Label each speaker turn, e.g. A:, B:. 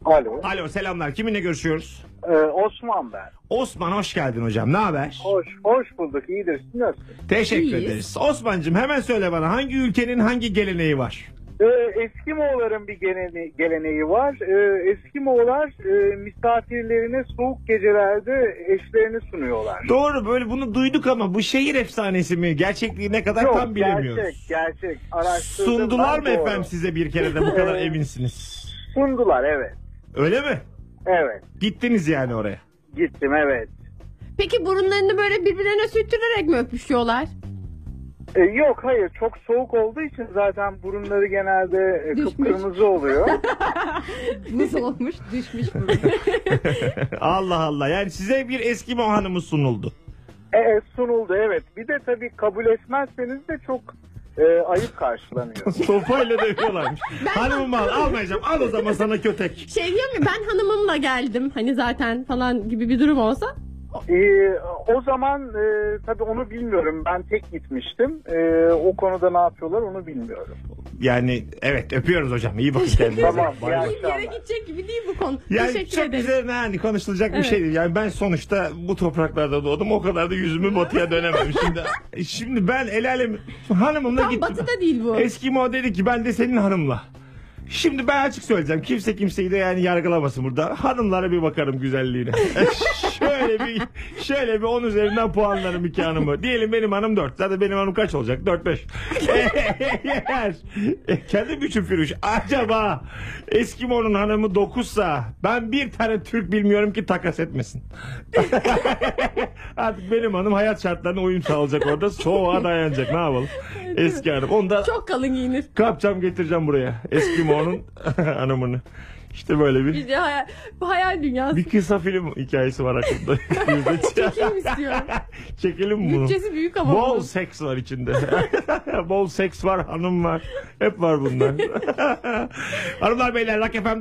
A: Alo.
B: Alo, selamlar. Kiminle görüşüyoruz?
A: Osman ben.
B: Osman, hoş geldin hocam. Ne haber?
A: Hoş bulduk. İyidir. Siz nasılsınız?
B: Teşekkür
C: İyiyiz.
B: ederiz. Osman'cığım hemen söyle bana, hangi ülkenin hangi geleneği var?
A: Eskimoğulların bir geleneği var. Eskimoğullar misafirlerine soğuk gecelerde eşlerini sunuyorlar.
B: Doğru, böyle bunu duyduk ama bu şehir efsanesi mi? Gerçekliği ne kadar
A: Yok,
B: tam bilemiyoruz.
A: gerçek. Araştırdım.
B: Sundular mı
A: ben, doğru.
B: efendim size bir kere de bu kadar eminsiniz?
A: Sundular, evet.
B: Öyle mi?
A: Evet.
B: Gittiniz yani oraya.
A: Gittim, evet.
C: Peki burunlarını böyle birbirlerine sürtürerek mi öpüşüyorlar?
A: Yok, hayır. Çok soğuk olduğu için zaten burunları genelde
C: Düşmüş.
A: kıpkırmızı oluyor.
C: Nasıl olmuş? Düşmüş burun.
B: Allah Allah, yani size bir Eskimo hanımı sunuldu.
A: Sunuldu, evet. Bir de tabii kabul etmezseniz de çok ayıp karşılanıyor.
B: Sopayla dövüyorlarmış. Hanımımı almayacağım, al o zaman sana kötek.
C: Şey diyor mu, ben hanımımla geldim hani zaten falan gibi bir durum olsa?
A: O zaman tabii onu bilmiyorum. Ben tek gitmiştim. O konuda ne yapıyorlar onu bilmiyorum.
B: Yani evet, öpüyoruz hocam, iyi bakın kendinize.
A: Tamam,
B: Bay bay.
A: iyi
C: Bir yere gidecek gibi değil bu konu.
B: Yani
C: Teşekkür
B: çok
C: ederim.
B: üzerine hani konuşulacak bir
C: Evet.
B: şey değil. Yani ben sonuçta bu topraklarda doğdum. O kadar da yüzümü batıya dönemem. Şimdi ben el alem hanımımla
C: Tam
B: gittim.
C: batıda değil bu.
B: Eskimo dedi ki ben de senin hanımla. Şimdi ben açık söyleyeceğim. Kimse kimseyi de yani yargılamasın burada. Hanımlara bir bakarım güzelliğine. şöyle bir 10 üzerinden puanlarım iki hanımı. Diyelim benim hanım 4. Zaten benim hanım kaç olacak? 4-5. Eğer kendim için Firuş. Acaba Eskimo'nun hanımı 9'sa ben bir tane Türk bilmiyorum ki takas etmesin. Artık benim hanım hayat şartlarına uyum sağlayacak orada. Soğuğa dayanacak. Ne yapalım? Eski hanım. Onu da
C: Çok kalın giyinir.
B: kapacağım, getireceğim buraya. Eskimo'nun hanımını. İşte böyle bir
C: İşte bu hayal dünyası.
B: bir kısa film hikayesi var aklımda.
C: Çekim istiyorum.
B: Çekelim mi bunu?
C: Bütçesi büyük ama.
B: Bol
C: bunun.
B: seks var içinde. Bol seks var, hanım var. Hep var bunlar. Hanımlar beyler, Rock FM'de